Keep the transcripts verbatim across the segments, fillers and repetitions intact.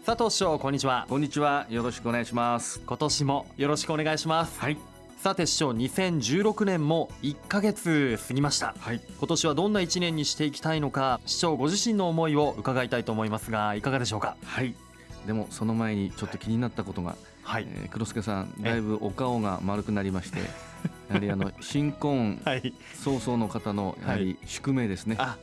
佐藤師匠、こんにちは。 こんにちは、よろしくお願いします。 今年もよろしくお願いします。 はい。 さて師匠、にせんじゅうろくねんもいっかげつ過ぎました。 はい。 今年はどんないちねんにしていきたいのか、師匠ご自身の思いを伺いたいと思いますが、いかがでしょうか。 はい。でもその前にちょっと気になったことが、 はい、 えー、黒助さん、だいぶお顔が丸くなりまして、やはりあの新婚早々の方のやはり宿命ですね。 はい、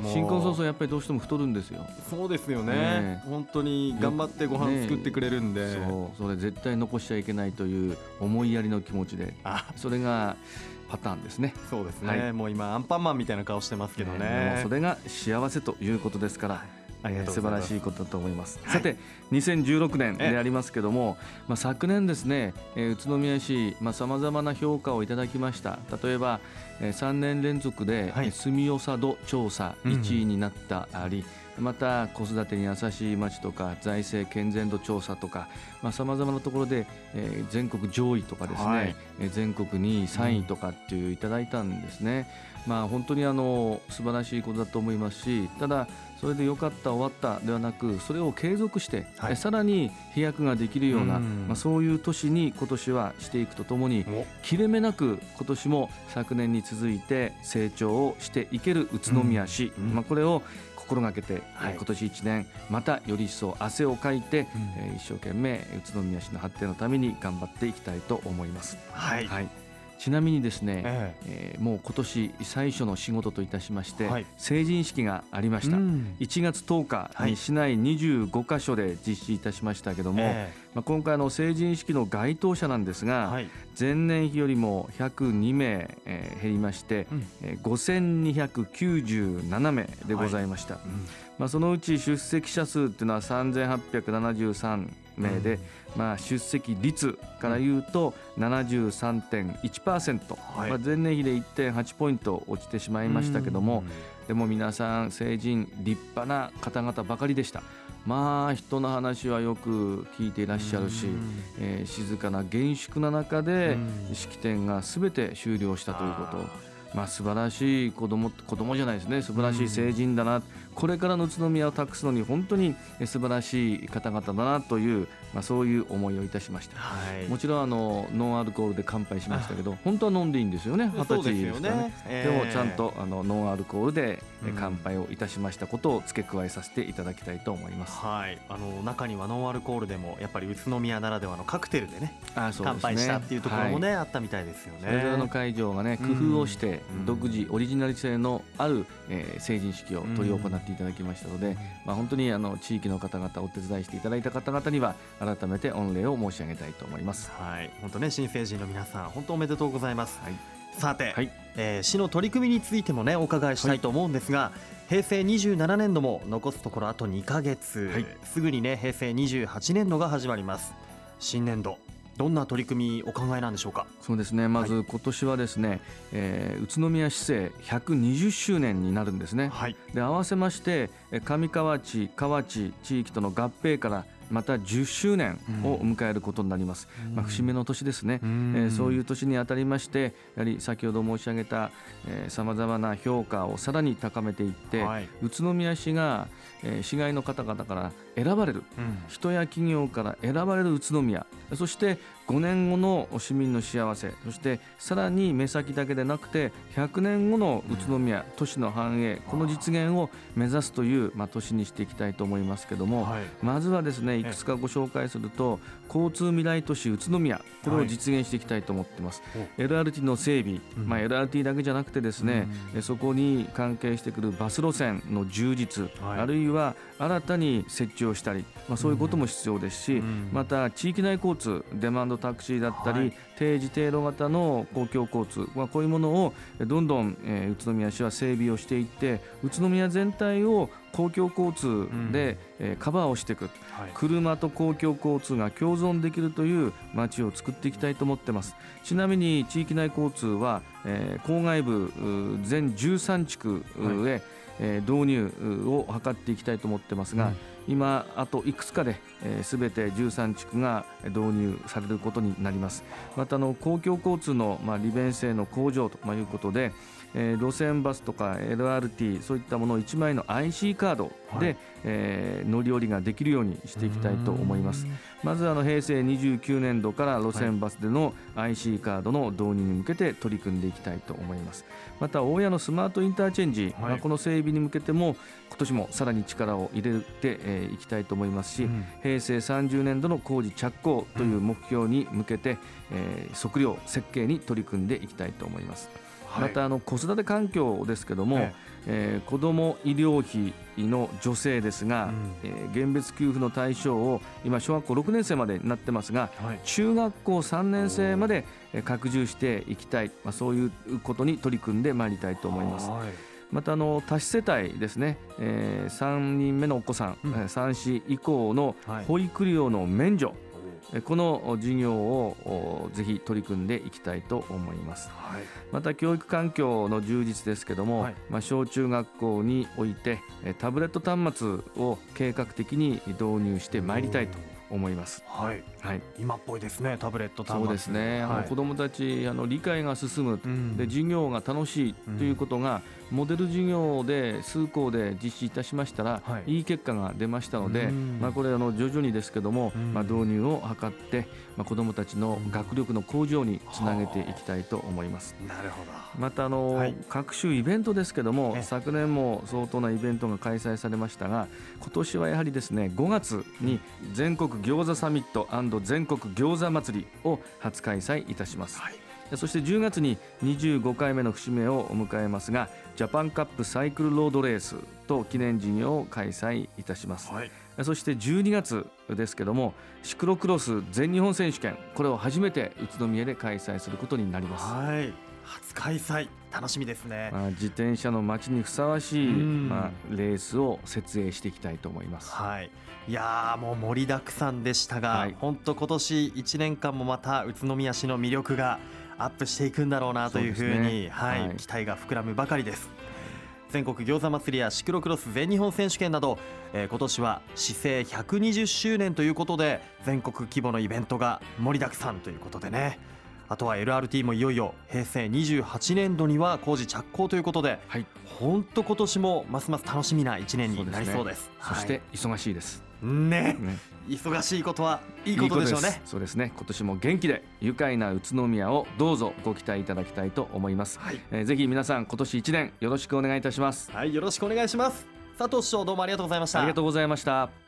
新婚早々やっぱりどうしても太るんですよ。 そうですよね、ね、本当に頑張ってご飯作ってくれるんで、 ね、そうそれ絶対残しちゃいけないという思いやりの気持ちで、それがパターンですね。 そうですね、はい、もう今アンパンマンみたいな顔してますけどね、 ね、もうそれが幸せということですから、はい、素晴らしいことだと思います。はい、さてにせんじゅうろくねんでありますけども、まあ、昨年ですね、えー、宇都宮市さまざ、まな評価をいただきました。例えば、えー、さんねん連続で、はい、住みよさ度調査いちいになったり、うん、また子育てに優しい町とか財政健全度調査とかさまざ、まなところで、えー、全国上位とかですね、はい、えー、全国にいさんいとかっていういただいたんですね。うん、まあ、本当にあの素晴らしいことだと思いますし、ただそれで良かった終わったではなく、それを継続して、はい、さらに飛躍ができるような、まあ、そういう年に今年はしていくとともに、切れ目なく今年も昨年に続いて成長をしていける宇都宮市、うんうん、まあ、これを心がけて、はい、今年いちねんまたより一層汗をかいて、うん、えー、一生懸命宇都宮市の発展のために頑張っていきたいと思います。 はい、はい、 ちなみにですね、えええー、もう今年最初の仕事といたしまして、はい、成人式がありました。うん、いちがつとおかに市内にじゅうごかしょで実施いたしましたけども、えーまあ、今回の成人式の該当者なんですが、はい、前年比よりもひゃくにめい、えー、減りまして、うん、えー、ごせんにひゃくきゅうじゅうななめいでございました。はい、うん、まあ、そのうち出席者数っていうのはさんぜんはっぴゃくななじゅうさんめいで、うん、まあ、出席率からいうと ななじゅうさんてんいちパーセント、はい、まあ、前年比で いってんはちポイント落ちてしまいましたけども、でも皆さん成人立派な方々ばかりでした。まあ人の話はよく聞いていらっしゃるし、えー、静かな厳粛な中で式典が全て終了したということ、まあ、素晴らしい子供、子供じゃないですね、素晴らしい成人だな、これからの宇都宮を託すのに本当に素晴らしい方々だなという、まあ、そういう思いをいたしました。はい、もちろんあのノンアルコールで乾杯しましたけど、本当は飲んでいいんですよね、二十歳ですからね。でもちゃんとあのノンアルコールで乾杯をいたしましたことを付け加えさせていただきたいと思います。 はい、あの中にはノンアルコールでもやっぱり宇都宮ならではのカクテルでね、あ、そうですね、乾杯したっていうところもね、はい、あったみたいですよね。 それぞれの会場がね工夫をして独自オリジナリ性のある、えー、成人式を執り行っていただきましたので、まあ、本当にあの地域の方々お手伝いしていただいた方々には改めて御礼を申し上げたいと思います。 はい、本当ね、新成人の皆さん本当おめでとうございます。はい、さて、はい、えー、市の取り組みについてもねお伺いしたいと思うんですが、はい、へいせいにじゅうななねんども残すところあとにかげつ、はい、すぐにねへいせいにじゅうはちねんどが始まります。新年度どんな取り組みお考えなんでしょうか。 そうですね、まず今年はですね、はい、えー、宇都宮市政ひゃくにじゅっしゅうねんになるんですね。はい、で合わせまして上河内河内地域との合併からまたじゅっしゅうねんを迎えることになります。うん、まあ、節目の年ですね。えー、そういう年にあたりましてやはり先ほど申し上げたさまざまな評価をさらに高めていって、はい、宇都宮市が、えー、市外の方々から選ばれる、うん、人や企業から選ばれる宇都宮、そしてごねんごの市民の幸せ、そしてさらに目先だけでなくてひゃくねんごの宇都宮、うん、都市の繁栄、この実現を目指すという、まあ、年にしていきたいと思いますけども、はい、まずはですねいくつかご紹介すると、交通未来都市宇都宮、これを実現していきたいと思っています。はい、エルアールティー の整備、まあ、エルアールティー だけじゃなくてですね、うん、そこに関係してくるバス路線の充実、はい、あるいは新たに設置をしたり、まあ、そういうことも必要ですし、うん、また地域内交通、デマンドタクシーだったり、はい、定時定路型の公共交通、まあ、こういうものをどんどん、えー、宇都宮市は整備をしていって、宇都宮全体を公共交通で、うん、えー、カバーをしていく、はい、車と公共交通が共存できるという街を作っていきたいと思っています。ちなみに地域内交通は、えー、郊外部全じゅうさんちくへ、はい、えー、導入を図っていきたいと思ってますが、うん、 今あといくつかで、えー、全てじゅうさん地区が導入されることになります。またあの公共交通の、まあ、利便性の向上ということで、えー、路線バスとか エルアールティー そういったものをいちまいの アイシー カードで、はい、えー、乗り降りができるようにしていきたいと思います。まずあの平成にじゅうきゅうねんどから路線バスでの アイシー カードの導入に向けて取り組んでいきたいと思います。また大谷のスマートインターチェンジ、はい、まあ、この整備に向けても今年もさらに力を入れてい、えー、きたいと思いますし、うん、平成さんじゅうねんどの工事着工という目標に向けて、うん、えー、測量設計に取り組んでいきたいと思います。またあの子育て環境ですけども、ええー、子ども医療費の助成ですが、うん、えー、現別給付の対象を今小学校ろくねん生までになってますが、はい、中学校さんねん生まで拡充していきたい、まあ、そういうことに取り組んでまいりたいと思います。はい、またあの多子世帯ですね、えー、さんにんめのお子さん、うん、さん子以降の保育料の免除、はい、この事業をぜひ取り組んでいきたいと思います。はい、また教育環境の充実ですけども、はい、まあ、小中学校においてタブレット端末を計画的に導入してまいりたいと思います。 はいはい、今っぽいですね、タブレット端末。 そうですね、はい、あの子どもたちあの理解が進む、うん、で授業が楽しいということが、うん、モデル授業で数校で実施いたしましたら、はい、いい結果が出ましたので、うん、まあ、これあの徐々にですけども、うん、まあ、導入を図って、まあ、子どもたちの学力の向上につなげていきたいと思います。 なるほど。 またあの、はい、各種イベントですけども、昨年も相当なイベントが開催されましたが、今年はやはりですね、ごがつに全国餃子サミット&全国餃子祭りを初開催いたします。はい、そしてじゅうがつににじゅうごかいめの節目を迎えますが、ジャパンカップサイクルロードレースと記念事業を開催いたします。はい、そしてじゅうにがつですけども、シクロクロス全日本選手権、これを初めて宇都宮で開催することになります。 はい、初開催楽しみですね。 まあ、自転車の街にふさわしい、まあ、レースを設営していきたいと思います。 はい、いやもう盛りだくさんでしたが、はい、本当今年いちねんかんもまた宇都宮市の魅力がアップしていくんだろうなというふうに、ね、はいはい、期待が膨らむばかりです。全国餃子祭りやシクロクロス全日本選手権など、えー、今年は市政ひゃくにじゅっしゅうねんということで全国規模のイベントが盛りだくさんということでね、あとは エルアールティー もいよいよ平成にじゅうはちねんどには工事着工ということで、はい、本当今年もますます楽しみないちねんになりそうです。 そして忙しいですね、ね、忙しいことはいいことでしょうね。 いいそうですね、今年も元気で愉快な宇都宮をどうぞご期待いただきたいと思います。はい、えー、ぜひ皆さん今年いちねんよろしくお願いいたします。 はい、よろしくお願いします。佐藤市長、どうもありがとうございました。 ありがとうございました。